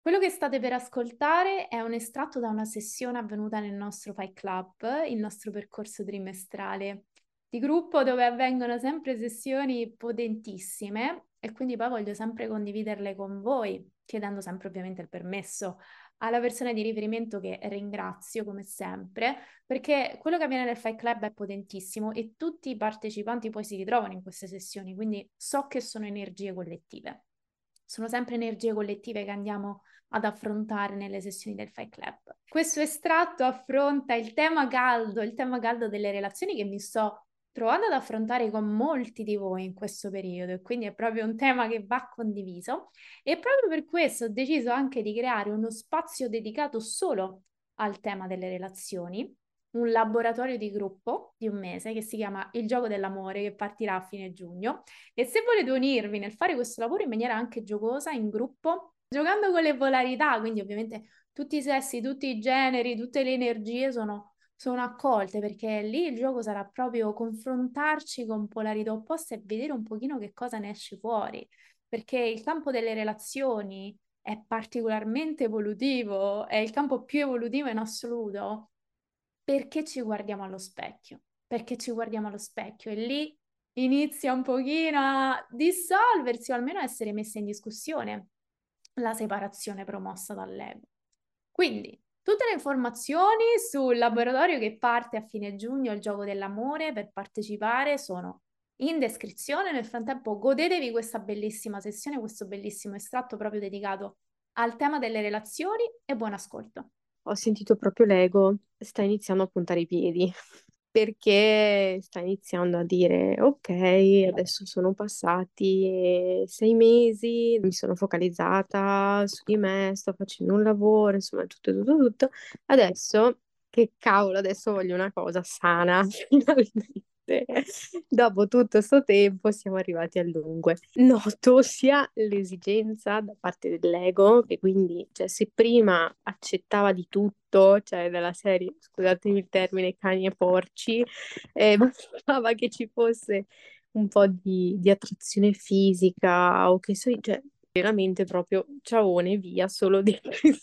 Quello che state per ascoltare è un estratto da una sessione avvenuta nel nostro Fight Club, il nostro percorso trimestrale di gruppo dove avvengono sempre sessioni potentissime e quindi poi voglio sempre condividerle con voi, chiedendo sempre ovviamente il permesso alla persona di riferimento che ringrazio come sempre, perché quello che avviene nel Fight Club è potentissimo e tutti i partecipanti poi si ritrovano in queste sessioni, quindi so che sono energie collettive. Sono sempre energie collettive che andiamo ad affrontare nelle sessioni del Fight Club. Questo estratto affronta il tema caldo delle relazioni che mi sto trovando ad affrontare con molti di voi in questo periodo e quindi è proprio un tema che va condiviso e proprio per questo ho deciso anche di creare uno spazio dedicato solo al tema delle relazioni, un laboratorio di gruppo di un mese che si chiama Il gioco dell'amore che partirà a fine giugno e se volete unirvi nel fare questo lavoro in maniera anche giocosa, in gruppo, giocando con le polarità, quindi ovviamente tutti i sessi, tutti i generi, tutte le energie sono accolte, perché lì il gioco sarà proprio confrontarci con polarità opposte e vedere un pochino che cosa ne esce fuori, perché il campo delle relazioni è particolarmente evolutivo, è il campo più evolutivo in assoluto, perché ci guardiamo allo specchio, perché ci guardiamo allo specchio e lì inizia un pochino a dissolversi o almeno a essere messa in discussione la separazione promossa dall'ego. Quindi, tutte le informazioni sul laboratorio che parte a fine giugno, il gioco dell'amore, per partecipare sono in descrizione. Nel frattempo, godetevi questa bellissima sessione, questo bellissimo estratto proprio dedicato al tema delle relazioni e buon ascolto. Ho sentito proprio l'ego, sta iniziando a puntare i piedi, perché sta iniziando a dire, ok, adesso sono passati 6 mesi, mi sono focalizzata su di me, sto facendo un lavoro, insomma, tutto. Adesso, che cavolo, adesso voglio una cosa sana, finalmente. Dopo tutto questo tempo siamo arrivati al dunque. Noto sia l'esigenza da parte dell'ego, che quindi, cioè, se prima accettava di tutto, cioè della serie, scusatemi il termine, cani e porci, bastava che ci fosse un po' di attrazione fisica o che so, cioè, veramente proprio ciaone via, solo di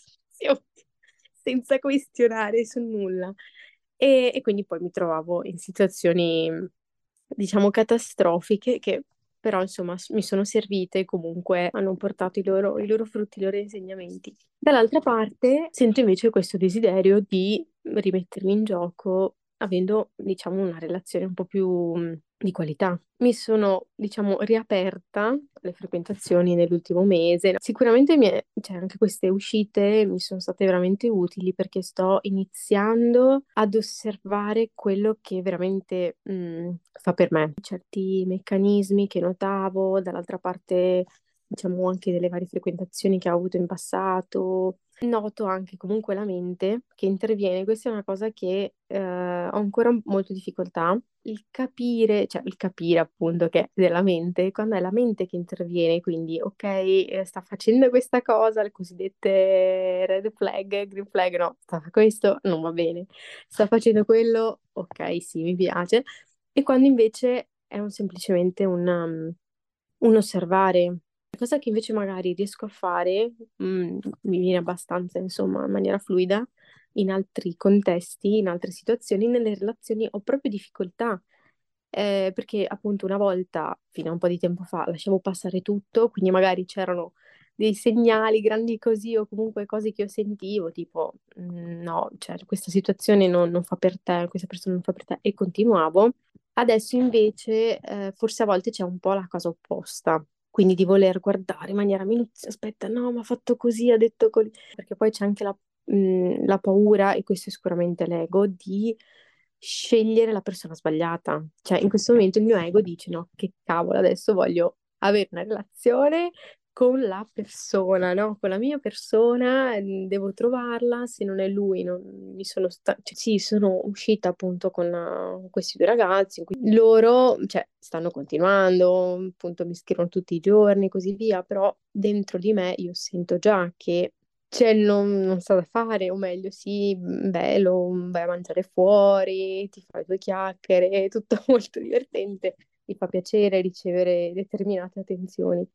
senza questionare su nulla. E quindi poi mi trovavo in situazioni, diciamo, catastrofiche che però, insomma, mi sono servite e comunque hanno portato i loro frutti, i loro insegnamenti. Dall'altra parte, sento invece questo desiderio di rimettermi in gioco avendo, diciamo, una relazione un po' più di qualità. Mi sono, diciamo, riaperta alle frequentazioni nell'ultimo mese. Sicuramente cioè, anche queste uscite mi sono state veramente utili perché sto iniziando ad osservare quello che veramente fa per me. Certi meccanismi che notavo, dall'altra parte, diciamo, anche delle varie frequentazioni che ho avuto in passato. Noto anche comunque la mente che interviene, questa è una cosa che ho ancora molto difficoltà, il capire appunto che è della mente, quando è la mente che interviene, quindi ok, sta facendo questa cosa, le cosiddette red flag, green flag, no, questo non va bene, sta facendo quello, ok, sì, mi piace, e quando invece è semplicemente un osservare. Cosa che invece magari riesco a fare, mi viene abbastanza, insomma, in maniera fluida, in altri contesti, in altre situazioni, nelle relazioni ho proprio difficoltà. Perché appunto una volta, fino a un po' di tempo fa, lasciavo passare tutto, quindi magari c'erano dei segnali grandi così o comunque cose che io sentivo, tipo no, cioè questa situazione non fa per te, questa persona non fa per te, e continuavo. Adesso invece forse a volte c'è un po' la cosa opposta, quindi di voler guardare in maniera minuzia, aspetta, no, ma ha fatto così, ha detto così, perché poi c'è anche la paura, e questo è sicuramente l'ego, di scegliere la persona sbagliata. Cioè in questo momento il mio ego dice, no, che cavolo, adesso voglio avere una relazione con la persona, no? Con la mia persona, devo trovarla, se non è lui, non mi sono cioè, sì, sono uscita appunto con questi due ragazzi, in cui loro, cioè, stanno continuando, appunto mi scrivono tutti i giorni, così via, però dentro di me io sento già che cioè, non sa da fare, o meglio, sì, bello, vai a mangiare fuori, ti fai due chiacchiere, è tutto molto divertente, mi fa piacere ricevere determinate attenzioni.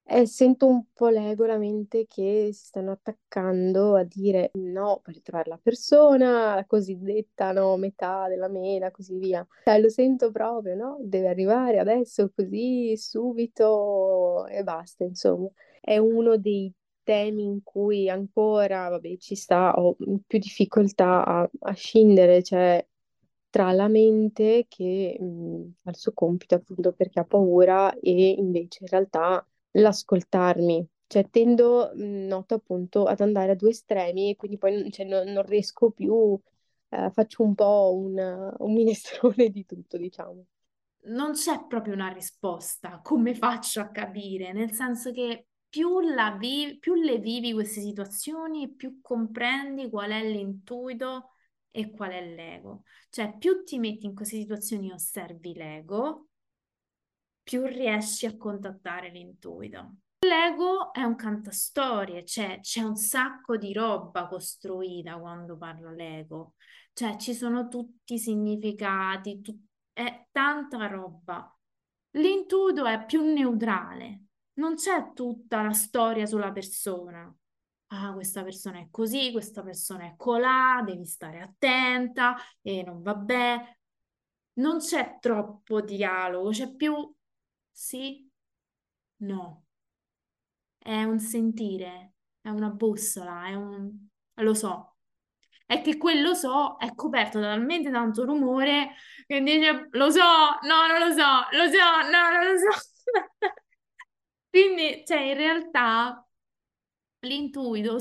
Sento un po' l'ego, la mente che si stanno attaccando a dire no, per trovare la persona, la cosiddetta no, metà della mela, così via. Cioè, lo sento proprio, no? Deve arrivare adesso, così, subito e basta, insomma. È uno dei temi in cui ancora, vabbè, ci sta, ho più difficoltà a scindere, cioè tra la mente che fa il suo compito appunto perché ha paura e invece in realtà l'ascoltarmi. Cioè tendo, noto appunto ad andare a due estremi e quindi poi cioè, non riesco più, faccio un po' un minestrone di tutto, diciamo. Non c'è proprio una risposta, come faccio a capire? Nel senso che più le vivi queste situazioni, più comprendi qual è l'intuito e qual è l'ego. Cioè, più ti metti in queste situazioni e osservi l'ego, più riesci a contattare l'intuito. L'ego è un cantastorie, cioè c'è un sacco di roba costruita quando parla l'ego, cioè ci sono tutti i significati, è tanta roba. L'intuito è più neutrale, non c'è tutta la storia sulla persona. Ah, questa persona è così, questa persona è colà, devi stare attenta e non vabbè. Non c'è troppo dialogo, c'è più sì, no. È un sentire, è una bussola, lo so. È che quello so è coperto da talmente tanto rumore che dice lo so, no, non lo so, lo so, no, non lo so. Quindi, cioè, in realtà l'intuito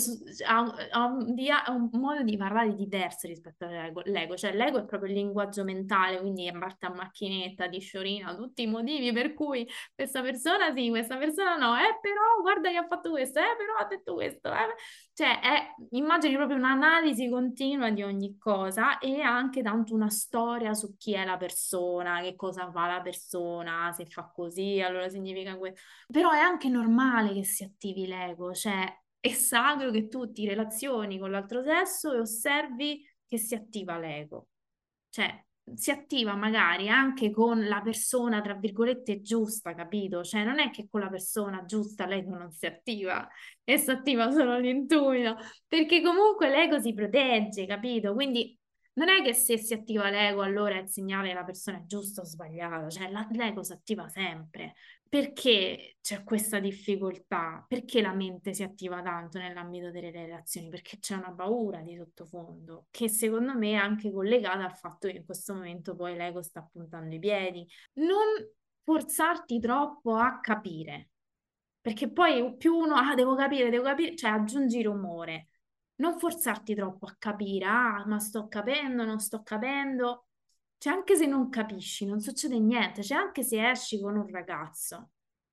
ha un modo di parlare diverso rispetto all'ego. Cioè l'ego è proprio il linguaggio mentale, quindi è parte a macchinetta, di sciorina, tutti i motivi per cui questa persona sì, questa persona no, però guarda che ha fatto questo, però ha detto questo, Cioè immagini proprio un'analisi continua di ogni cosa e anche tanto una storia su chi è la persona, che cosa fa la persona, se fa così, allora significa questo. Però è anche normale che si attivi l'ego, cioè è sacro che tu ti relazioni con l'altro sesso e osservi che si attiva l'ego. Cioè, si attiva magari anche con la persona, tra virgolette, giusta, capito? Cioè, non è che con la persona giusta l'ego non si attiva e si attiva solo l'intuito, perché comunque l'ego si protegge, capito? Quindi non è che se si attiva l'ego allora è il segnale che la persona è giusta o sbagliata, cioè l'ego si attiva sempre. Perché c'è questa difficoltà? Perché la mente si attiva tanto nell'ambito delle relazioni? Perché c'è una paura di sottofondo, che secondo me è anche collegata al fatto che in questo momento poi l'ego sta puntando i piedi. Non forzarti troppo a capire, perché poi più uno, devo capire, cioè aggiungi rumore. Non forzarti troppo a capire, ma sto capendo, non sto capendo. Cioè, anche se non capisci, non succede niente. Cioè, anche se esci con un ragazzo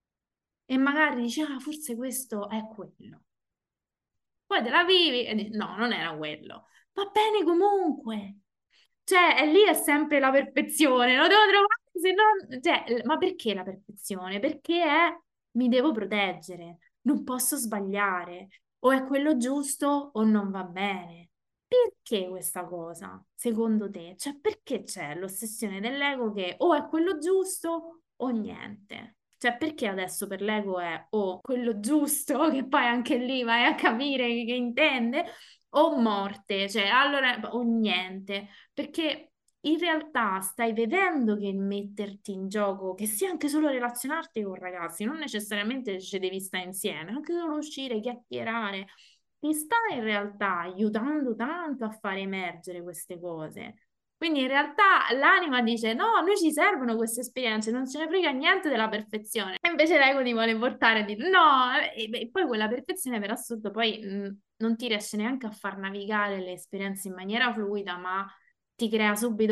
e magari dici, ah, forse questo è quello. Poi te la vivi e dici, no, non era quello. Va bene comunque. Cioè, e lì è sempre la perfezione, lo devo trovare, se no... Cioè, ma perché la perfezione? Perché mi devo proteggere, non posso sbagliare, o è quello giusto o non va bene. Perché questa cosa, secondo te? Cioè, perché c'è l'ossessione dell'ego che o è quello giusto o niente? Cioè, perché adesso per l'ego è o quello giusto, che poi anche lì vai a capire che intende, o morte, cioè allora o niente, perché in realtà stai vedendo che il metterti in gioco, che sia anche solo relazionarti con ragazzi, non necessariamente ci devi stare insieme, anche solo uscire, chiacchierare, ti sta in realtà aiutando tanto a fare emergere queste cose. Quindi in realtà l'anima dice: no, a noi ci servono queste esperienze, non ce ne frega niente della perfezione. E invece l'ego ti vuole portare a dire no, e poi quella perfezione per assurdo poi non ti riesce neanche a far navigare le esperienze in maniera fluida, ma ti crea subito,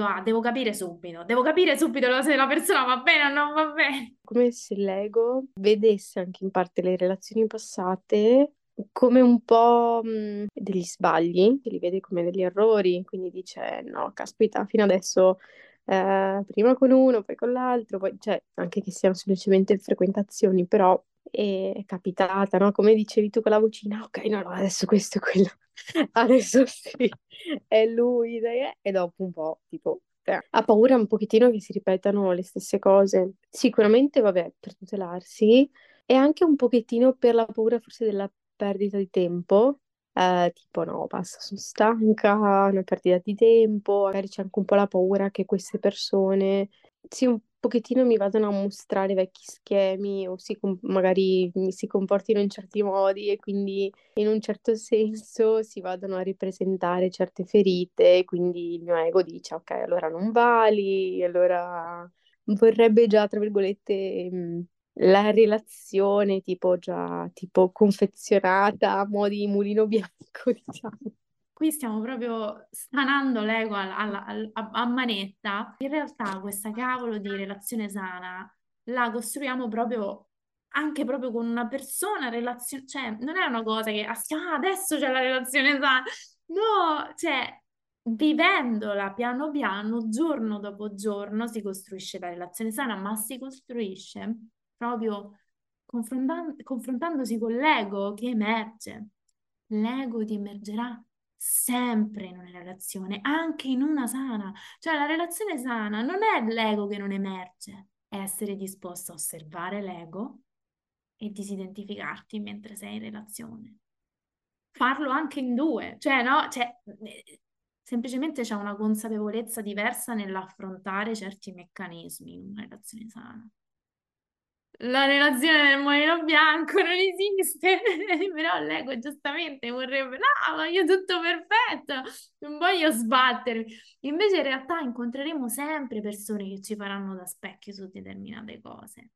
devo capire subito se la persona va bene o non va bene. Come se l'ego vedesse anche in parte le relazioni passate come un po' degli sbagli, che li vede come degli errori, quindi dice no, caspita, fino adesso prima con uno, poi con l'altro, poi cioè anche che siano semplicemente frequentazioni, però è capitata, no? Come dicevi tu con la vocina, ok, no, no, adesso questo e quello, adesso sì, è lui, dai, e dopo un po', tipo, ha paura un pochettino che si ripetano le stesse cose. Sicuramente, vabbè, per tutelarsi, E anche un pochettino per la paura forse della perdita di tempo, tipo no, basta, sono stanca, una perdita di tempo, magari c'è anche un po' la paura che queste persone, sì, un pochettino mi vadano a mostrare vecchi schemi o magari mi si comportino in certi modi e quindi in un certo senso si vadano a ripresentare certe ferite e quindi il mio ego dice ok, allora non vali, allora vorrebbe già, tra virgolette, la relazione tipo già tipo confezionata a mo' di mulino bianco, diciamo. Qui stiamo proprio stanando l'ego a manetta. In realtà questa cavolo di relazione sana la costruiamo proprio anche proprio con una persona, cioè non è una cosa che adesso c'è la relazione sana. No, cioè vivendola piano piano, giorno dopo giorno, si costruisce la relazione sana, ma si costruisce proprio confrontandosi con l'ego che emerge. L'ego ti emergerà sempre in una relazione, anche in una sana. Cioè, la relazione sana non è l'ego che non emerge, è essere disposto a osservare l'ego e disidentificarti mentre sei in relazione. Farlo anche in due, cioè, no? Cioè, semplicemente c'è una consapevolezza diversa nell'affrontare certi meccanismi in una relazione sana. La relazione del mulino bianco non esiste, però l'ego giustamente vorrebbe, no, voglio tutto perfetto, non voglio sbattermi. Invece in realtà incontreremo sempre persone che ci faranno da specchio su determinate cose.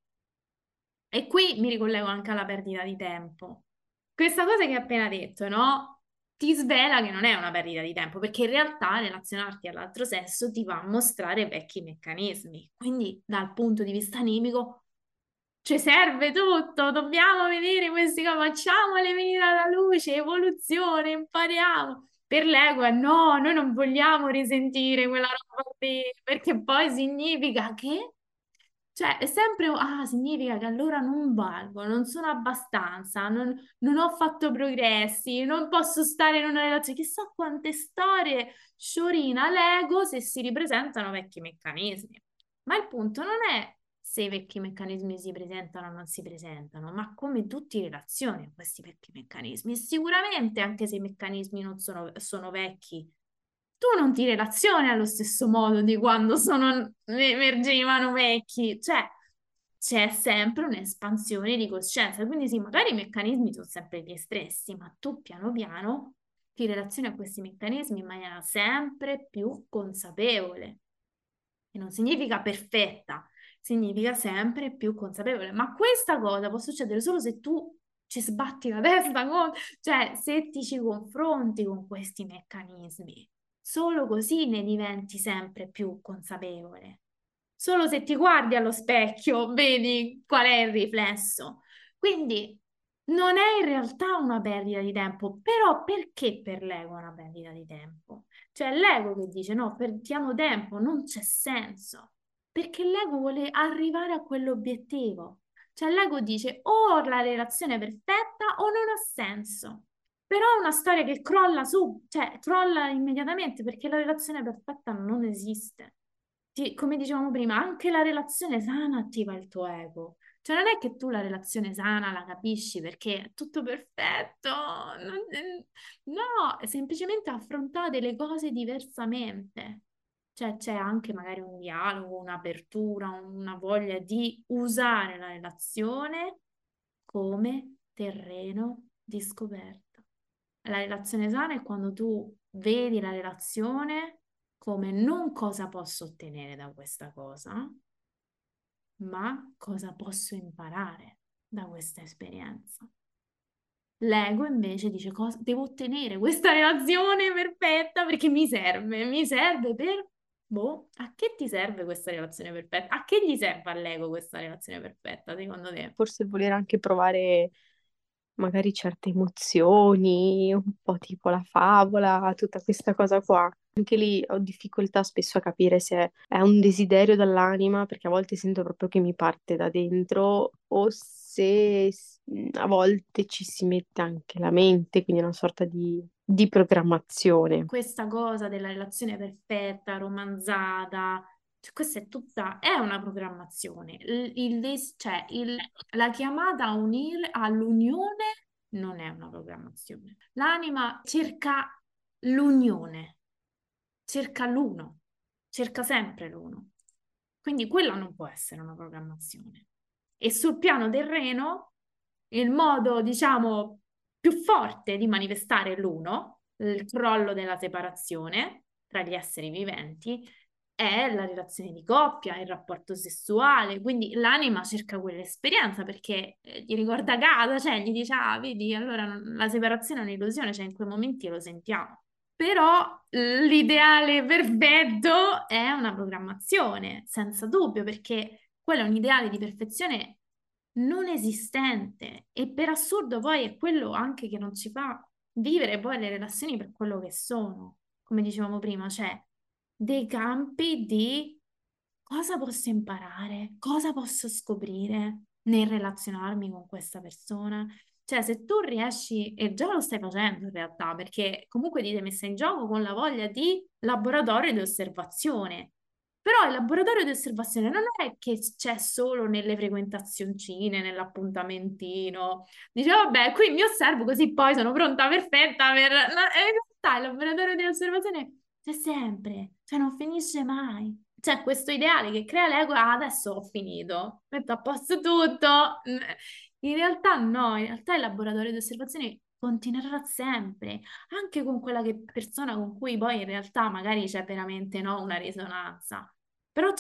E qui mi ricollego anche alla perdita di tempo. Questa cosa che hai appena detto, no? Ti svela che non è una perdita di tempo, perché in realtà relazionarti all'altro sesso ti va a mostrare vecchi meccanismi. Quindi, dal punto di vista animico, ci serve tutto, dobbiamo vedere questi cose, facciamole venire alla luce, evoluzione, impariamo. Per l'ego è no, noi non vogliamo risentire quella roba lì, perché poi significa che, cioè, è sempre, significa che allora non valgo, non sono abbastanza, non ho fatto progressi, non posso stare in una relazione. Chissà quante storie sciorina l'ego se si ripresentano vecchi meccanismi. Ma il punto non è se i vecchi meccanismi si presentano o non si presentano, ma come tutti relazioni a questi vecchi meccanismi. E sicuramente, anche se i meccanismi non sono vecchi, tu non ti relazioni allo stesso modo di quando emergevano vecchi, cioè c'è sempre un'espansione di coscienza. Quindi sì, magari i meccanismi sono sempre gli stessi, ma tu piano piano ti relazioni a questi meccanismi in maniera sempre più consapevole. E non significa perfetta, significa sempre più consapevole. Ma questa cosa può succedere solo se tu ci sbatti la testa, cioè se ti ci confronti con questi meccanismi. Solo così ne diventi sempre più consapevole. Solo se ti guardi allo specchio vedi qual è il riflesso. Quindi non è in realtà una perdita di tempo, però perché per l'ego è una perdita di tempo? Cioè l'ego che dice no, perdiamo tempo, non c'è senso, perché l'ego vuole arrivare a quell'obiettivo. Cioè l'ego dice o la relazione è perfetta o non ha senso. Però è una storia che crolla su, cioè crolla immediatamente perché la relazione perfetta non esiste. Come dicevamo prima, anche la relazione sana attiva il tuo ego. Cioè non è che tu la relazione sana la capisci perché è tutto perfetto, no, semplicemente affrontate le cose diversamente. Cioè c'è anche magari un dialogo, un'apertura, una voglia di usare la relazione come terreno di scoperta. La relazione sana è quando tu vedi la relazione come non cosa posso ottenere da questa cosa, ma cosa posso imparare da questa esperienza. L'ego invece dice cosa devo ottenere questa relazione perfetta perché mi serve per, boh, a che ti serve questa relazione perfetta? A che gli serve all'ego questa relazione perfetta, secondo te? Forse voler anche provare magari certe emozioni, un po' tipo la favola, tutta questa cosa qua. Anche lì ho difficoltà spesso a capire se è un desiderio dall'anima, perché a volte sento proprio che mi parte da dentro, o se a volte ci si mette anche la mente, quindi una sorta di programmazione. Questa cosa della relazione perfetta, romanzata, Cioè, questa è una programmazione. La chiamata all'unione non è una programmazione. L'anima cerca l'unione, cerca l'uno, cerca sempre l'uno. Quindi quella non può essere una programmazione. E sul piano terreno, il modo, diciamo, più forte di manifestare l'uno, il crollo della separazione tra gli esseri viventi, è la relazione di coppia, il rapporto sessuale. Quindi l'anima cerca quell'esperienza perché gli ricorda casa, cioè gli dice, ah, vedi, allora la separazione è un'illusione, cioè in quei momenti lo sentiamo. Però l'ideale perfetto è una programmazione, senza dubbio, perché quello è un ideale di perfezione non esistente e per assurdo poi è quello anche che non ci fa vivere poi le relazioni per quello che sono, come dicevamo prima, cioè dei campi di cosa posso imparare, cosa posso scoprire nel relazionarmi con questa persona. Cioè, se tu riesci, e già lo stai facendo in realtà, perché comunque ti sei messa in gioco con la voglia di laboratorio di osservazione. Però il laboratorio di osservazione non è che c'è solo nelle frequentazioncine, nell'appuntamentino. Dice, vabbè, qui mi osservo così poi sono pronta, perfetta per... E in realtà il laboratorio di osservazione c'è sempre, cioè non finisce mai. C'è questo ideale che crea l'ego, ah, adesso ho finito, metto a posto tutto. In realtà no, in realtà il laboratorio di osservazione continuerà sempre, anche con quella persona con cui poi in realtà magari c'è veramente no, una risonanza. Però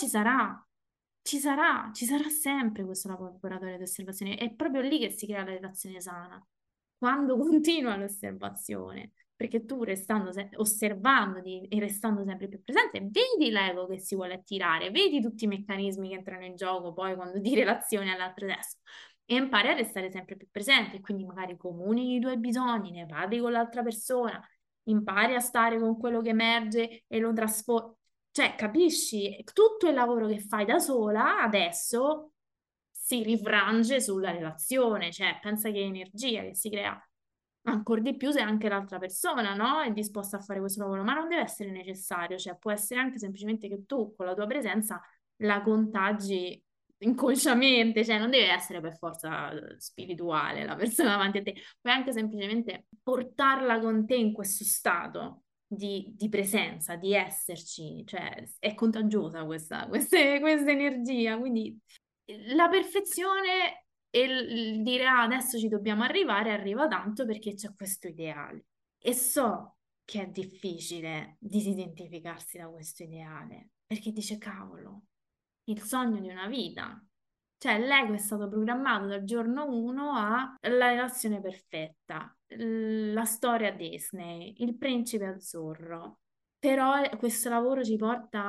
ci sarà sempre questo laboratorio di osservazione. È proprio lì che si crea la relazione sana, quando continua l'osservazione. Perché tu osservando e restando sempre più presente, vedi l'ego che si vuole attirare, vedi tutti i meccanismi che entrano in gioco poi quando ti relazioni all'altro testo e impari a restare sempre più presente. Quindi magari comunichi i tuoi bisogni, ne parli con l'altra persona, impari a stare con quello che emerge e lo trasformi. Cioè, capisci? Tutto il lavoro che fai da sola adesso si rifrange sulla relazione, cioè pensa che è energia che si crea ancora di più se anche l'altra persona, no? È disposta a fare questo lavoro, ma non deve essere necessario, cioè può essere anche semplicemente che tu con la tua presenza la contagi inconsciamente, cioè non deve essere per forza spirituale la persona davanti a te, puoi anche semplicemente portarla con te in questo stato di presenza, di esserci, cioè è contagiosa questa energia, quindi la perfezione e il dire ah, adesso ci dobbiamo arrivare arriva tanto perché c'è questo ideale. E so che è difficile disidentificarsi da questo ideale, perché dice cavolo, il sogno di una vita. Cioè, l'ego è stato programmato dal giorno 1 alla relazione perfetta, la storia Disney, il principe azzurro. Però questo lavoro ci porta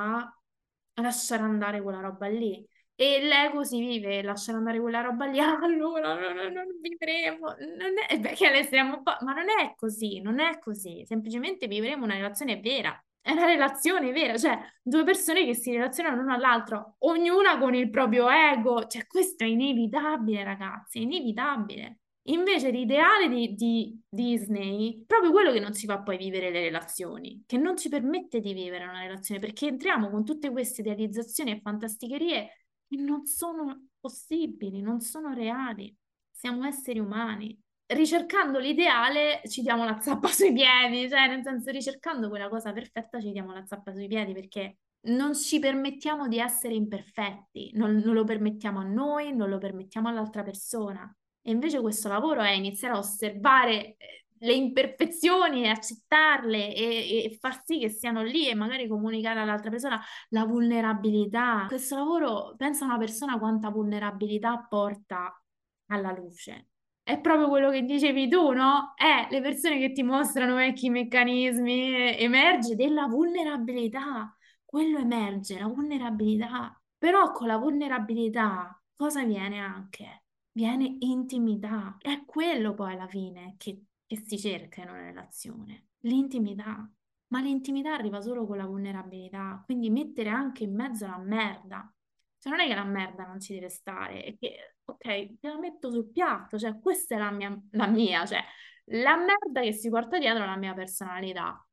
a lasciare andare quella roba lì. E l'ego si vive, lasciare andare quella roba lì, ah, allora non vivremo, non è, perché l'estremo, ma non è così, non è così, semplicemente vivremo una relazione vera, è una relazione vera, cioè due persone che si relazionano l'una all'altro, ognuna con il proprio ego, cioè questo è inevitabile ragazzi, è inevitabile. Invece l'ideale di Disney, proprio quello che non ci fa poi vivere le relazioni, che non ci permette di vivere una relazione, perché entriamo con tutte queste idealizzazioni e fantasticherie che non sono possibili, non sono reali. Siamo esseri umani. Ricercando l'ideale ci diamo la zappa sui piedi, cioè nel senso ricercando quella cosa perfetta ci diamo la zappa sui piedi perché non ci permettiamo di essere imperfetti, non lo permettiamo a noi, non lo permettiamo all'altra persona. E invece questo lavoro è iniziare a osservare le imperfezioni e accettarle e far sì che siano lì e magari comunicare all'altra persona la vulnerabilità. Questo lavoro, pensa a una persona quanta vulnerabilità porta alla luce. È proprio quello che dicevi tu, no? Le persone che ti mostrano vecchi meccanismi, emerge della vulnerabilità. Quello emerge, la vulnerabilità. Però con la vulnerabilità cosa viene anche? Viene intimità. È quello poi alla fine che si cerca in una relazione. L'intimità. Ma l'intimità arriva solo con la vulnerabilità. Quindi mettere anche in mezzo la merda. Cioè non è che la merda non ci deve stare, è che, ok, te la metto sul piatto, cioè questa è la mia, cioè la merda che si porta dietro la mia personalità.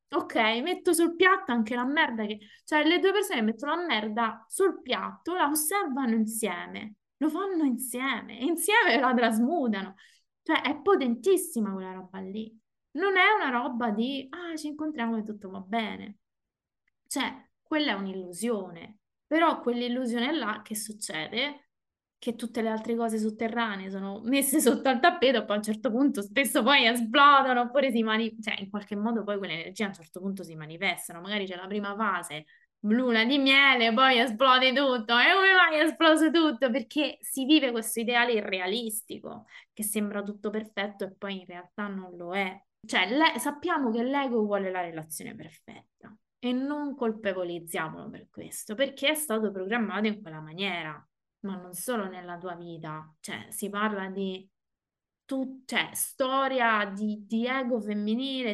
Ok, metto sul piatto anche la merda che... Cioè, le due persone mettono la merda sul piatto, la osservano insieme, lo fanno insieme, e insieme la trasmutano. Cioè, è potentissima quella roba lì. Non è una roba di, ah, ci incontriamo e tutto va bene. Cioè, quella è un'illusione. Però quell'illusione là, che succede? Che tutte le altre cose sotterranee sono messe sotto al tappeto, poi a un certo punto spesso poi esplodono, oppure cioè in qualche modo poi quelle energie a un certo punto si manifestano. Magari c'è la prima fase, luna di miele, poi esplode tutto. E come mai è esploso tutto? Perché si vive questo ideale irrealistico, che sembra tutto perfetto e poi in realtà non lo è. Cioè, sappiamo che l'ego vuole la relazione perfetta e non colpevolizziamolo per questo, perché è stato programmato in quella maniera, ma non solo nella tua vita. Cioè, si parla di cioè, storia di ego femminile,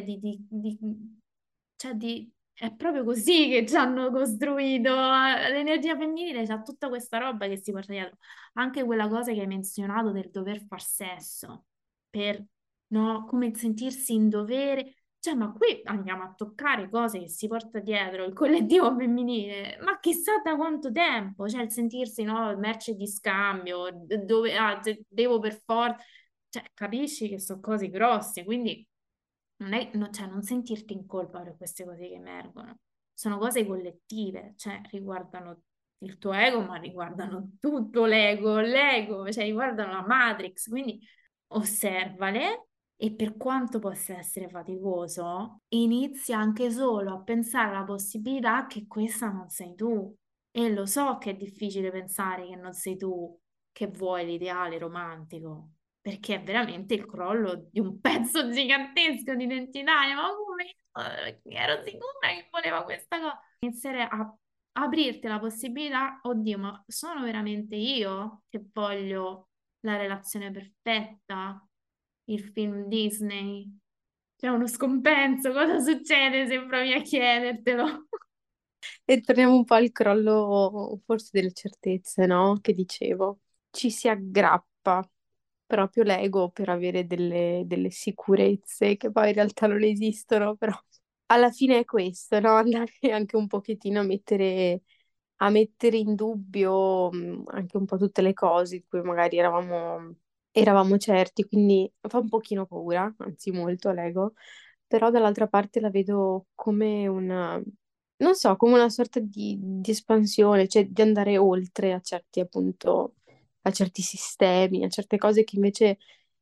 cioè è proprio così che ci hanno costruito. L'energia femminile c'ha tutta questa roba che si porta dietro. Anche quella cosa che hai menzionato del dover far sesso, per, no, come sentirsi in dovere. Cioè, ma qui andiamo a toccare cose che si porta dietro il collettivo femminile, ma chissà da quanto tempo, cioè il sentirsi, no, merce di scambio, dove devo per forza, cioè, capisci che sono cose grosse, quindi non è, cioè, non sentirti in colpa per queste cose che emergono. Sono cose collettive, cioè riguardano il tuo ego, ma riguardano tutto l'ego, cioè riguardano la Matrix, quindi osservale e per quanto possa essere faticoso, inizia anche solo a pensare alla possibilità che questa non sei tu. E lo so che è difficile pensare che non sei tu, che vuoi l'ideale romantico, perché è veramente il crollo di un pezzo gigantesco di identità. Ma come? Ero sicura che voleva questa cosa. Iniziare a aprirti la possibilità, oddio, ma sono veramente io che voglio la relazione perfetta, il film Disney? C'è uno scompenso, cosa succede se provi a chiedertelo? E torniamo un po' al crollo forse delle certezze, no? Che dicevo. Ci si aggrappa proprio l'ego per avere delle sicurezze che poi in realtà non esistono, però alla fine è questo, no? Andare anche un pochettino a mettere in dubbio anche un po' tutte le cose di cui magari eravamo certi, quindi fa un pochino paura, anzi molto l'ego, però dall'altra parte la vedo come una, non so, come una sorta di espansione, cioè di andare oltre a certi, appunto, a certi sistemi, a certe cose che invece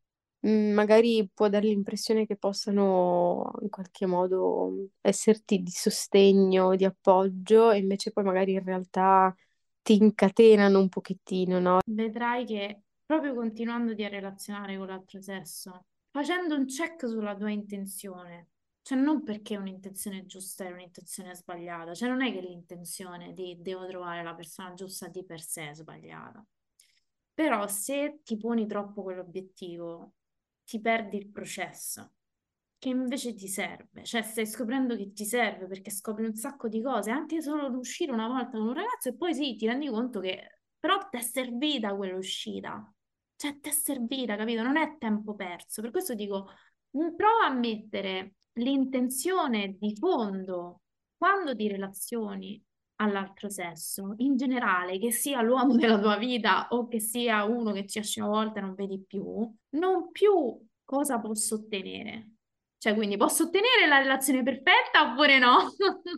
magari può dare l'impressione che possano in qualche modo esserti di sostegno, di appoggio, e invece poi magari in realtà ti incatenano un pochettino, no? Vedrai che proprio continuando a relazionare con l'altro sesso, facendo un check sulla tua intenzione, cioè non perché un'intenzione giusta è un'intenzione sbagliata, cioè non è che l'intenzione di devo trovare la persona giusta di per sé è sbagliata, però se ti poni troppo quell'obiettivo, ti perdi il processo che invece ti serve, cioè stai scoprendo che ti serve perché scopri un sacco di cose, anche solo l'uscire una volta con un ragazzo e poi sì, ti rendi conto che però ti è servita quell'uscita, cioè ti è servita, capito? Non è tempo perso, per questo dico, prova a mettere l'intenzione di fondo quando ti relazioni all'altro sesso, in generale, che sia l'uomo della tua vita o che sia uno che ci esce una volta e non vedi più, non più cosa posso ottenere. Cioè, quindi posso ottenere la relazione perfetta oppure no?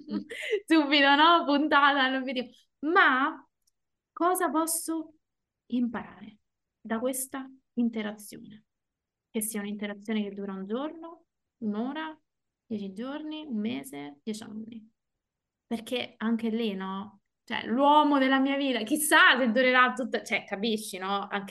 Subito, no? Puntata all'obiettivo. Ma cosa posso imparare da questa interazione? Che sia un'interazione che dura un giorno, un'ora, 10 giorni, un mese, 10 anni. Perché anche lì, no? Cioè, l'uomo della mia vita, chissà se durerà tutta... Cioè, capisci, no? Anche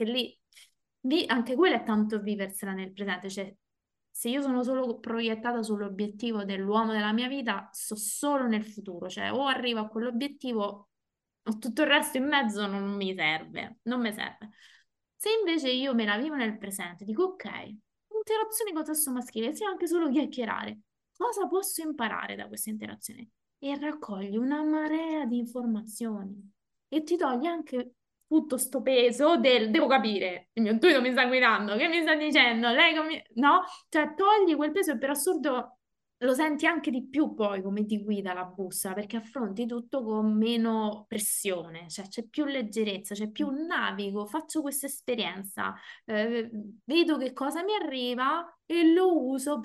lì, anche quello è tanto viversela nel presente. Cioè, se io sono solo proiettata sull'obiettivo dell'uomo della mia vita, sto solo nel futuro. Cioè, o arrivo a quell'obiettivo o tutto il resto in mezzo non mi serve. Non mi serve. Se invece io me la vivo nel presente, dico, ok, interazioni con sesso maschile, sia anche solo chiacchierare. Cosa posso imparare da questa interazione? E raccogli una marea di informazioni e ti togli anche tutto sto peso del devo capire, il mio intuito mi sta guidando, che mi sta dicendo? Lei come... No? Cioè togli quel peso e per assurdo lo senti anche di più poi come ti guida la bussola, perché affronti tutto con meno pressione, cioè c'è più leggerezza, c'è più navigo, faccio questa esperienza, eh, vedo che cosa mi arriva e lo uso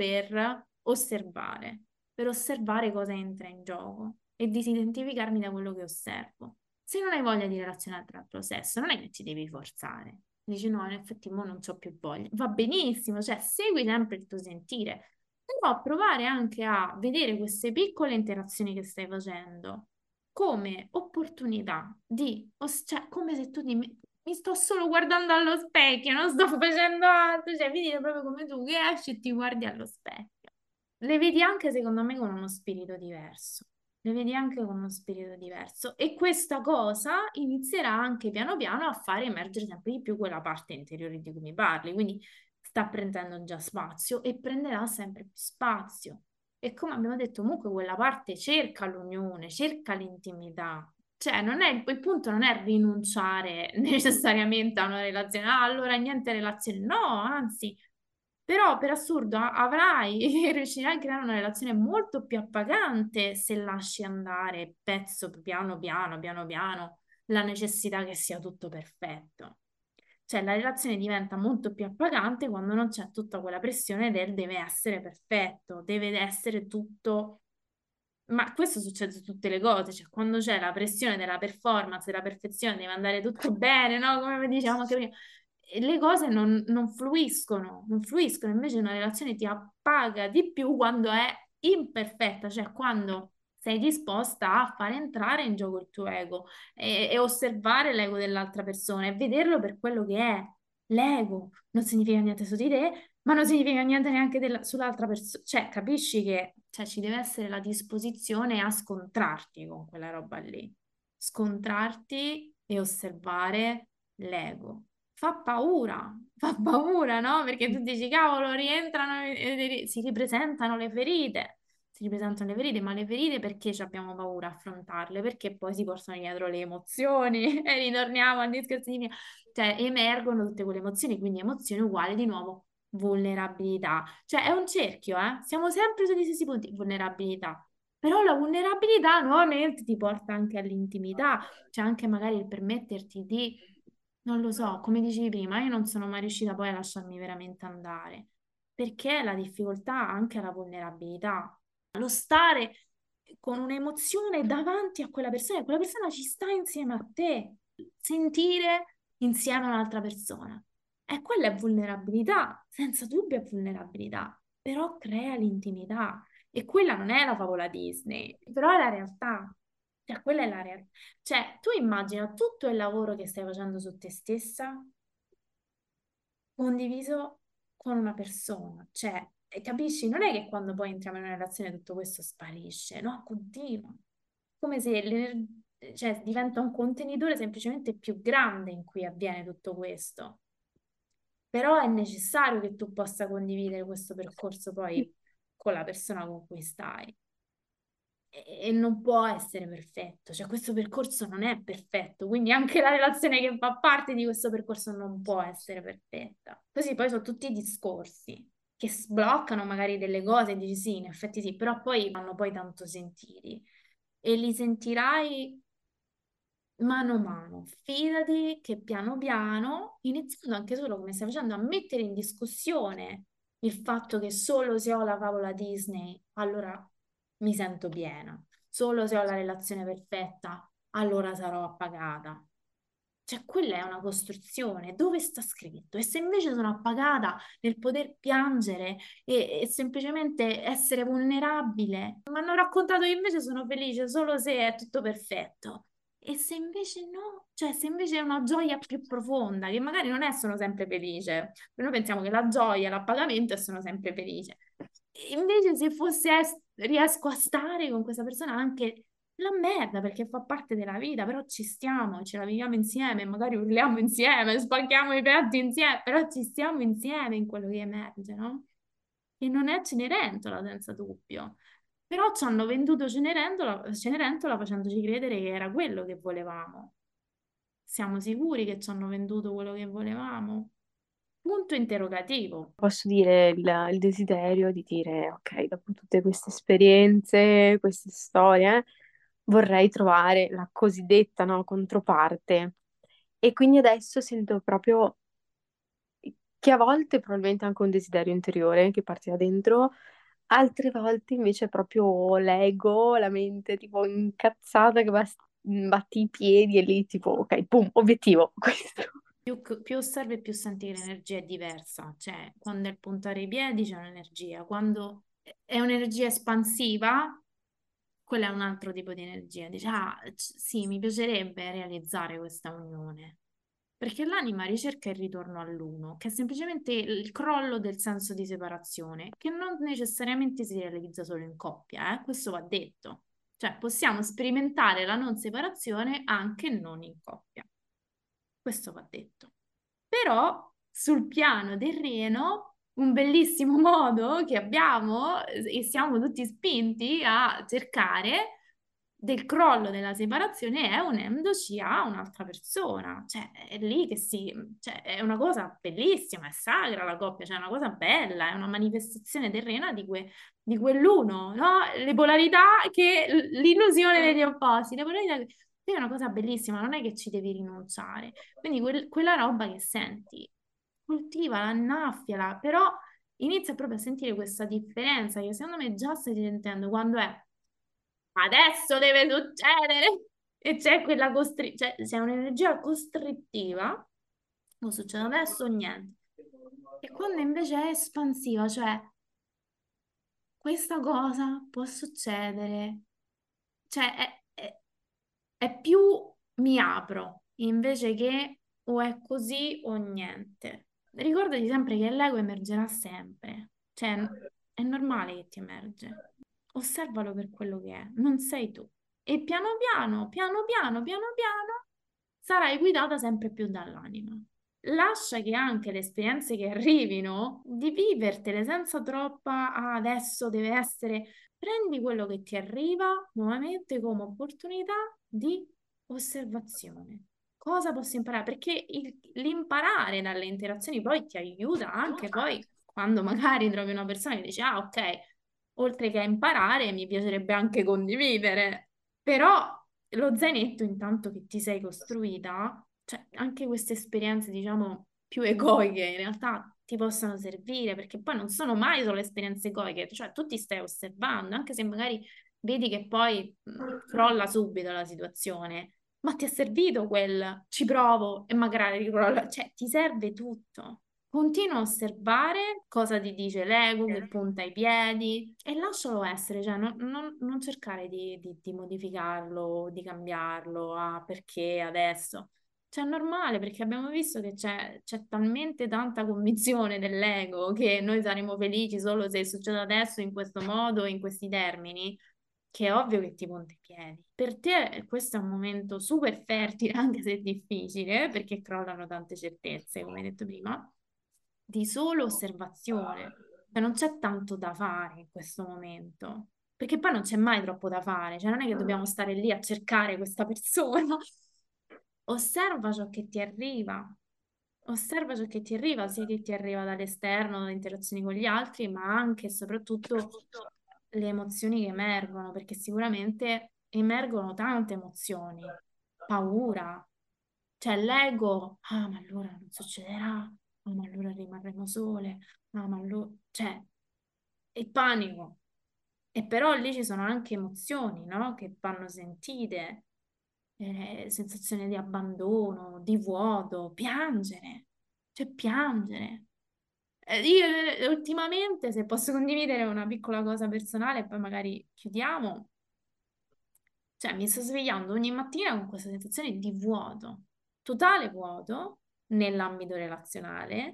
per osservare cosa entra in gioco e disidentificarmi da quello che osservo. Se non hai voglia di relazionarti all'altro sesso, non è che ci devi forzare. Dici no, in effetti mo non c'ho più voglia. Va benissimo, cioè segui sempre il tuo sentire, però provare anche a vedere queste piccole interazioni che stai facendo come opportunità cioè come se tu mi sto solo guardando allo specchio, non sto facendo altro, cioè vedi proprio come tu che esci e ti guardi allo specchio. Le vedi anche secondo me con uno spirito diverso. Le vedi anche con uno spirito diverso e questa cosa inizierà anche piano piano a fare emergere sempre di più quella parte interiore di cui mi parli, quindi sta prendendo già spazio e prenderà sempre più spazio. E come abbiamo detto, comunque quella parte cerca l'unione, cerca l'intimità. Cioè, non è, il punto non è rinunciare necessariamente a una relazione. Ah, allora niente relazione. No, anzi, però per assurdo avrai, riuscirai a creare una relazione molto più appagante se lasci andare pezzo piano piano, piano piano, la necessità che sia tutto perfetto. Cioè la relazione diventa molto più appagante quando non c'è tutta quella pressione del deve essere perfetto, deve essere tutto... Ma questo succede su tutte le cose, cioè quando c'è la pressione della performance, della perfezione, deve andare tutto bene, no? Come dicevamo anche prima, e le cose non fluiscono, non fluiscono, invece una relazione ti appaga di più quando è imperfetta, cioè quando sei disposta a fare entrare in gioco il tuo ego e osservare l'ego dell'altra persona e vederlo per quello che è. L'ego non significa niente su di te, ma non significa niente neanche sull'altra persona. Cioè, capisci che cioè, ci deve essere la disposizione a scontrarti con quella roba lì. Scontrarti e osservare l'ego. Fa paura, no? Perché tu dici, cavolo, rientrano, si ripresentano le ferite. Si ripresentano le ferite, ma le ferite perché ci abbiamo paura a affrontarle? Perché poi si portano dietro le emozioni e ritorniamo al discorso di prima. Cioè, emergono tutte quelle emozioni, quindi emozioni uguali di nuovo vulnerabilità. Cioè, è un cerchio, eh? Siamo sempre sugli stessi punti, vulnerabilità. Però la vulnerabilità nuovamente ti porta anche all'intimità, cioè anche magari il permetterti di, non lo so, come dicevi prima, io non sono mai riuscita poi a lasciarmi veramente andare, perché la difficoltà anche alla vulnerabilità, lo stare con un'emozione davanti a quella persona ci sta insieme a te, sentire insieme a un'altra persona. E quella è vulnerabilità, senza dubbio è vulnerabilità, però crea l'intimità. E quella non è la favola Disney, però è la realtà. Cioè, quella è la realtà. Cioè, tu immagina tutto il lavoro che stai facendo su te stessa condiviso con una persona. Cioè, capisci? Non è che quando poi entriamo in una relazione tutto questo sparisce, no? Continua. Come se cioè, diventa un contenitore semplicemente più grande in cui avviene tutto questo. Però è necessario che tu possa condividere questo percorso poi con la persona con cui stai. E non può essere perfetto, cioè questo percorso non è perfetto, quindi anche la relazione che fa parte di questo percorso non può essere perfetta. Così poi sono tutti discorsi che sbloccano magari delle cose e dici sì, in effetti sì, però poi fanno poi tanto sentiri e li sentirai mano a mano. Fidati che piano piano, iniziando anche solo come stai facendo, a mettere in discussione il fatto che solo se ho la favola Disney, allora mi sento piena. Solo se ho la relazione perfetta, allora sarò appagata. Cioè, quella è una costruzione. Dove sta scritto? E se invece sono appagata nel poter piangere e semplicemente essere vulnerabile, mi hanno raccontato che invece sono felice solo se è tutto perfetto. E se invece no, cioè se invece è una gioia più profonda, che magari non è sono sempre felice, noi pensiamo che la gioia, l'appagamento è sono sempre felice. E invece se fosse riesco a stare con questa persona anche la merda, perché fa parte della vita, però ci stiamo, ce la viviamo insieme, magari urliamo insieme, spacchiamo i piatti insieme, però ci stiamo insieme in quello che emerge, no? E non è Cenerentola, senza dubbio. Però ci hanno venduto Cenerentola facendoci credere che era quello che volevamo. Siamo sicuri che ci hanno venduto quello che volevamo? Punto interrogativo. Posso dire il desiderio di dire, ok, dopo tutte queste esperienze, queste storie, vorrei trovare la cosiddetta, no, controparte. E quindi adesso sento proprio che a volte probabilmente è anche un desiderio interiore che parte da dentro, altre volte invece è proprio l'ego, la mente tipo incazzata che batti i piedi e lì tipo, ok, pum, obiettivo, questo. Più osservi più senti che l'energia è diversa, cioè quando è il puntare i piedi c'è un'energia, quando è un'energia espansiva, quella è un altro tipo di energia, dici, ah, sì, mi piacerebbe realizzare questa unione, perché l'anima ricerca il ritorno all'uno, che è semplicemente il crollo del senso di separazione, che non necessariamente si realizza solo in coppia, questo va detto, cioè possiamo sperimentare la non separazione anche non in coppia. Questo va detto. Però sul piano terreno, un bellissimo modo che abbiamo e siamo tutti spinti a cercare del crollo della separazione è unendoci a un'altra persona. Cioè, è lì che cioè, è una cosa bellissima, è sacra la coppia, cioè è una cosa bella, è una manifestazione terrena di quell'uno, no? Le polarità che l'illusione degli opposti, le polarità è una cosa bellissima, non è che ci devi rinunciare. Quindi quella roba che senti, coltivala, annaffiala, però inizia proprio a sentire questa differenza che secondo me già stai sentendo quando è adesso deve succedere e c'è quella cioè c'è un'energia costrittiva, o succede adesso o niente. E quando invece è espansiva, cioè questa cosa può succedere, cioè è più mi apro invece che o è così o niente. Ricordati sempre che l'ego emergerà sempre, cioè è normale che ti emerge. Osservalo per quello che è, non sei tu. E piano piano, sarai guidata sempre più dall'anima. Lascia che anche le esperienze che arrivino, di vivertele senza troppa, ah, adesso deve essere. Prendi quello che ti arriva nuovamente come opportunità di osservazione. Cosa posso imparare? Perché l'imparare dalle interazioni poi ti aiuta anche poi quando magari trovi una persona che dice, ah, ok, oltre che a imparare, mi piacerebbe anche condividere. Però lo zainetto, intanto che ti sei costruita, cioè anche queste esperienze, diciamo, più egoiche, in realtà ti possono servire, perché poi non sono mai solo esperienze egoiche, cioè tu ti stai osservando, anche se magari vedi che poi crolla subito la situazione, ma ti è servito quel ci provo e magari ricrolla, cioè ti serve tutto. Continua a osservare cosa ti dice l'ego, che punta i piedi e lascialo essere, cioè non cercare di modificarlo, di cambiarlo, ah, perché adesso. Cioè, è normale perché abbiamo visto che c'è talmente tanta convinzione dell'ego che noi saremo felici solo se succede adesso in questo modo, in questi termini, che è ovvio che ti punta i piedi. Per te questo è un momento super fertile, anche se difficile, perché crollano tante certezze, come hai detto prima di solo osservazione. Cioè non c'è tanto da fare in questo momento, perché poi non c'è mai troppo da fare, cioè non è che dobbiamo stare lì a cercare questa persona. Osserva ciò che ti arriva, osserva ciò che ti arriva, sia che ti arriva dall'esterno, dalle interazioni con gli altri, ma anche e soprattutto le emozioni che emergono, perché sicuramente emergono tante emozioni, paura, cioè l'ego, ah, ma allora non succederà, ah, ma allora rimarremo sole, ah, ma allora, cioè, il panico. E però lì ci sono anche emozioni, no? Che vanno sentite, sensazione di abbandono, di vuoto, piangere, cioè piangere. Io ultimamente, se posso condividere una piccola cosa personale, e poi magari chiudiamo, cioè mi sto svegliando ogni mattina con questa sensazione di vuoto, totale vuoto nell'ambito relazionale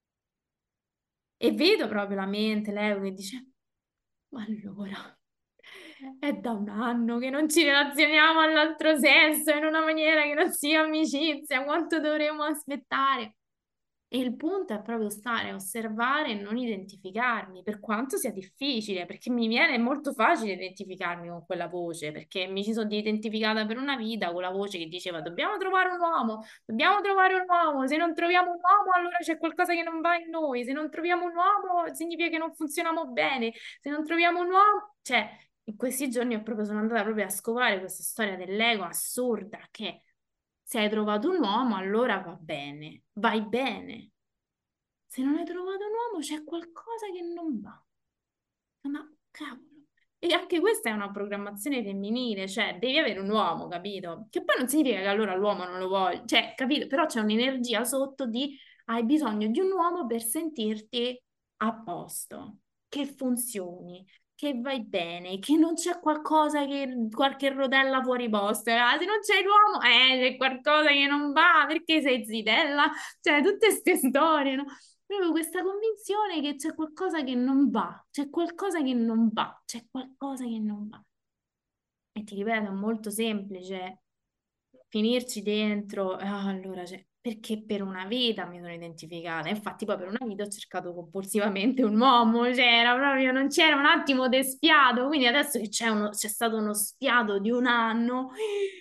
e vedo proprio la mente, l'ego che dice, ma allora, è da un anno che non ci relazioniamo all'altro sesso in una maniera che non sia amicizia, quanto dovremmo aspettare? E il punto è proprio stare, osservare e non identificarmi, per quanto sia difficile, perché mi viene molto facile identificarmi con quella voce, perché mi ci sono identificata per una vita con la voce che diceva dobbiamo trovare un uomo, dobbiamo trovare un uomo, se non troviamo un uomo allora c'è qualcosa che non va in noi, se non troviamo un uomo significa che non funzioniamo bene, se non troviamo un uomo, cioè in questi giorni sono andata proprio a scovare questa storia dell'ego assurda che se hai trovato un uomo, allora va bene, vai bene. Se non hai trovato un uomo, c'è qualcosa che non va. Ma cavolo. E anche questa è una programmazione femminile, cioè devi avere un uomo, capito? Che poi non significa che allora l'uomo non lo vuole, cioè, capito? Però c'è un'energia sotto di hai bisogno di un uomo per sentirti a posto, che funzioni, che vai bene, che non c'è qualcosa che, qualche rotella fuori posto. Ah, se non c'è l'uomo, c'è qualcosa che non va, perché sei zitella? Cioè, tutte queste storie, no? Proprio questa convinzione che c'è qualcosa che non va, c'è qualcosa che non va, c'è qualcosa che non va. E ti ripeto, è molto semplice finirci dentro. Allora, perché per una vita mi sono identificata. Infatti, poi per una vita ho cercato compulsivamente un uomo, cioè era proprio, non c'era un attimo di spiato. Quindi adesso che c'è stato uno spiato di un anno,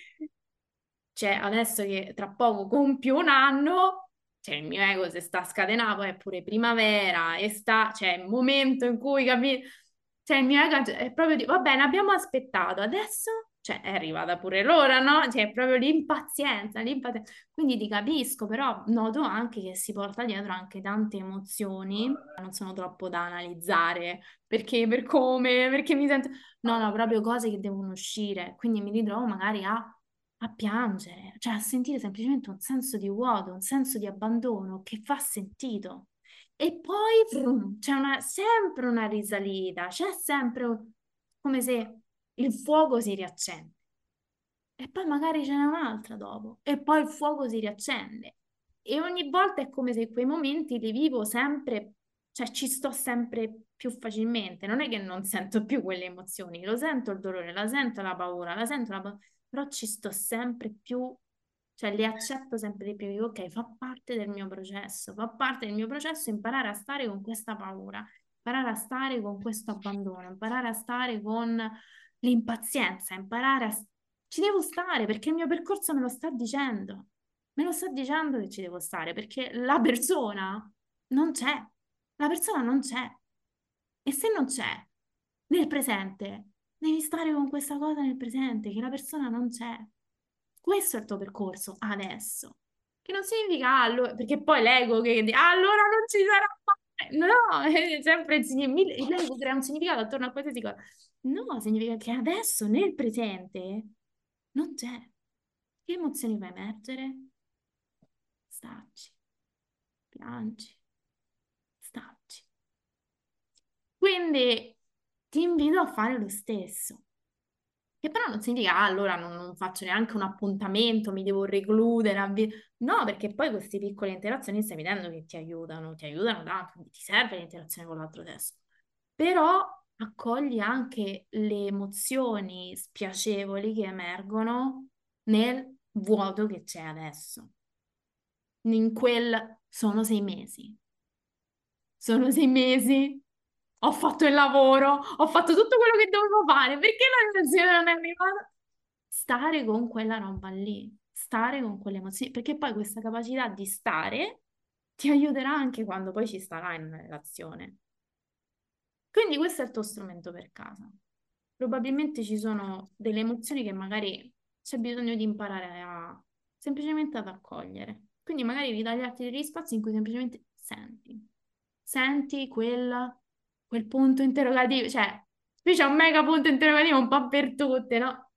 cioè adesso che tra poco compio un anno, cioè il mio ego si sta scatenando, è pure primavera, cioè il momento in cui, capi? Cioè il mio ego è proprio di, va bene, abbiamo aspettato, adesso, cioè è arrivata pure l'ora, no? Cioè è proprio l'impazienza. Quindi ti capisco, però noto anche che si porta dietro anche tante emozioni, non sono troppo da analizzare, perché, per come, perché mi sento... No, no, proprio cose che devono uscire, quindi mi ritrovo magari a piangere, cioè a sentire semplicemente un senso di vuoto, un senso di abbandono che va sentito. E poi c'è sempre una risalita, c'è sempre come se il fuoco si riaccende. E poi magari ce n'è un'altra dopo, e poi il fuoco si riaccende. E ogni volta è come se quei momenti li vivo sempre, cioè ci sto sempre più facilmente. Non è che non sento più quelle emozioni, lo sento il dolore, la sento la paura, la sento la paura, però ci sto sempre più, cioè le accetto sempre di più. Dico, ok, fa parte del mio processo, fa parte del mio processo imparare a stare con questa paura, imparare a stare con questo abbandono, imparare a stare con l'impazienza, imparare a... Ci devo stare perché il mio percorso me lo sta dicendo. Me lo sta dicendo che ci devo stare perché la persona non c'è. La persona non c'è. E se non c'è nel presente, devi stare con questa cosa nel presente, che la persona non c'è. Questo è il tuo percorso adesso. Che non significa perché poi l'ego che dice allora non ci sarà mai. No, è sempre l'ego crea un significato attorno a qualsiasi cosa. No, significa che adesso nel presente non c'è. Che emozioni fa emergere? Stacci, piangi, stacci. Quindi ti invito a fare lo stesso. Che però non significa, allora non faccio neanche un appuntamento, mi devo recludere. No, perché poi queste piccole interazioni stai vedendo che ti aiutano tanto, ti serve l'interazione con l'altro testo. Però accogli anche le emozioni spiacevoli che emergono nel vuoto che c'è adesso. In quel sono 6 mesi. Sono 6 mesi. Ho fatto il lavoro, ho fatto tutto quello che dovevo fare. Perché la relazione non è arrivata? Stare con quella roba lì, stare con quelle emozioni, perché poi questa capacità di stare ti aiuterà anche quando poi ci starai in una relazione. Quindi questo è il tuo strumento per casa. Probabilmente ci sono delle emozioni che magari c'è bisogno di imparare a semplicemente ad accogliere. Quindi magari ritagliarti degli spazi in cui semplicemente senti. Senti quel punto interrogativo, cioè, qui c'è un mega punto interrogativo un po' per tutte, no?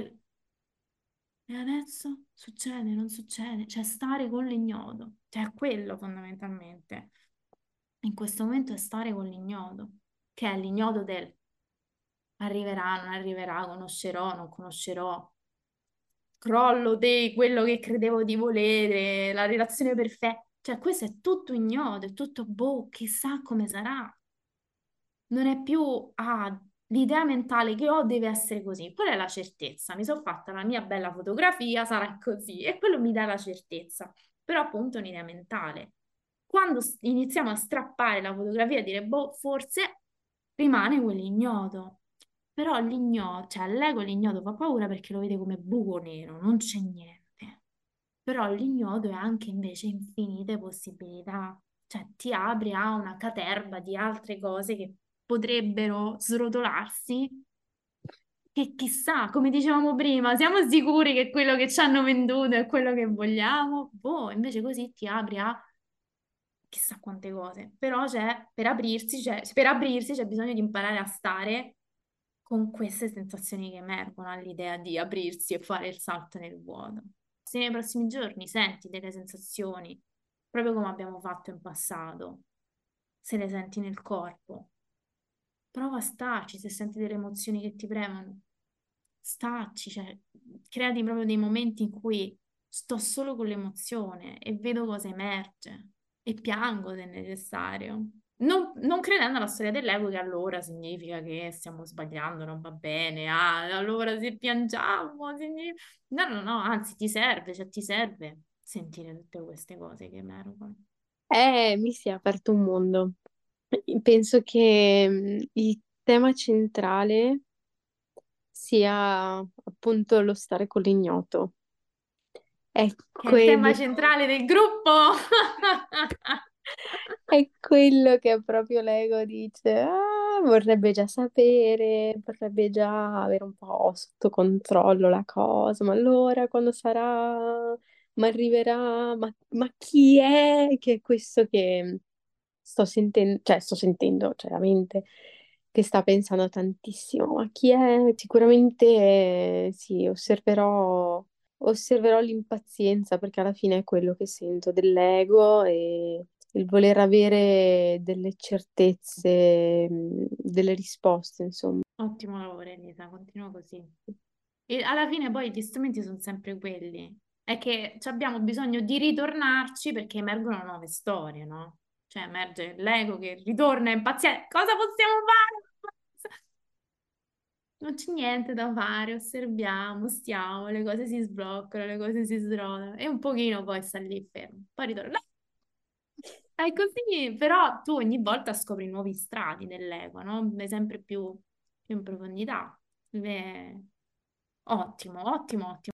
E adesso succede, non succede, cioè stare con l'ignoto, cioè è quello fondamentalmente. In questo momento è stare con l'ignoto, che è l'ignoto del arriverà, non arriverà, conoscerò, non conoscerò, crollo di quello che credevo di volere, la relazione perfetta. Cioè, questo è tutto ignoto, è tutto boh, chissà come sarà. Non è più, l'idea mentale che ho deve essere così. Qual è la certezza? Mi sono fatta la mia bella fotografia, sarà così. E quello mi dà la certezza. Però appunto è un'idea mentale. quando iniziamo a strappare la fotografia e dire, boh, forse rimane quell'ignoto. Però l'ignoto, cioè all'ego l'ignoto fa paura perché lo vede come buco nero, non c'è niente. Però l'ignoto è anche invece infinite possibilità, cioè ti apri a una caterva di altre cose che potrebbero srotolarsi, che chissà, come dicevamo prima, siamo sicuri che quello che ci hanno venduto è quello che vogliamo? Boh, invece così ti apri a chissà quante cose. Però per aprirsi c'è bisogno di imparare a stare con queste sensazioni che emergono all'idea di aprirsi e fare il salto nel vuoto. Se nei prossimi giorni senti delle sensazioni, proprio come abbiamo fatto in passato, se le senti nel corpo, prova a starci, se senti delle emozioni che ti premono, stacci, cioè creati proprio dei momenti in cui sto solo con l'emozione e vedo cosa emerge e piango se necessario. Non credendo alla storia dell'ego che allora significa che stiamo sbagliando, non va bene, ah, allora se piangiamo, no, no, no, anzi ti serve, cioè ti serve sentire tutte queste cose che emergono. Mi si è aperto un mondo. Penso che il tema centrale sia appunto lo stare con l'ignoto. È Che è il quello, tema centrale del gruppo. è quello che proprio l'ego dice, ah, vorrebbe già sapere, vorrebbe già avere un po' sotto controllo la cosa, ma allora quando sarà, ma arriverà, ma chi è che è questo che sto sentendo, cioè la mente che sta pensando tantissimo, ma chi è? Sicuramente sì, osserverò l'impazienza perché alla fine è quello che sento dell'ego e il voler avere delle certezze, delle risposte, insomma. Ottimo lavoro, Elisa, continua così. E alla fine poi gli strumenti sono sempre quelli. È che ci abbiamo bisogno di ritornarci perché emergono nuove storie, no? Cioè emerge l'ego che ritorna impaziente. Cosa possiamo fare? Non c'è niente da fare, osserviamo, stiamo, le cose si sbloccano, le cose si srotano e un pochino poi sta lì fermo. Poi ritorna. È così, però tu ogni volta scopri nuovi strati dell'ego, no? Vai sempre più in profondità. Ottimo, ottimo, ottimo.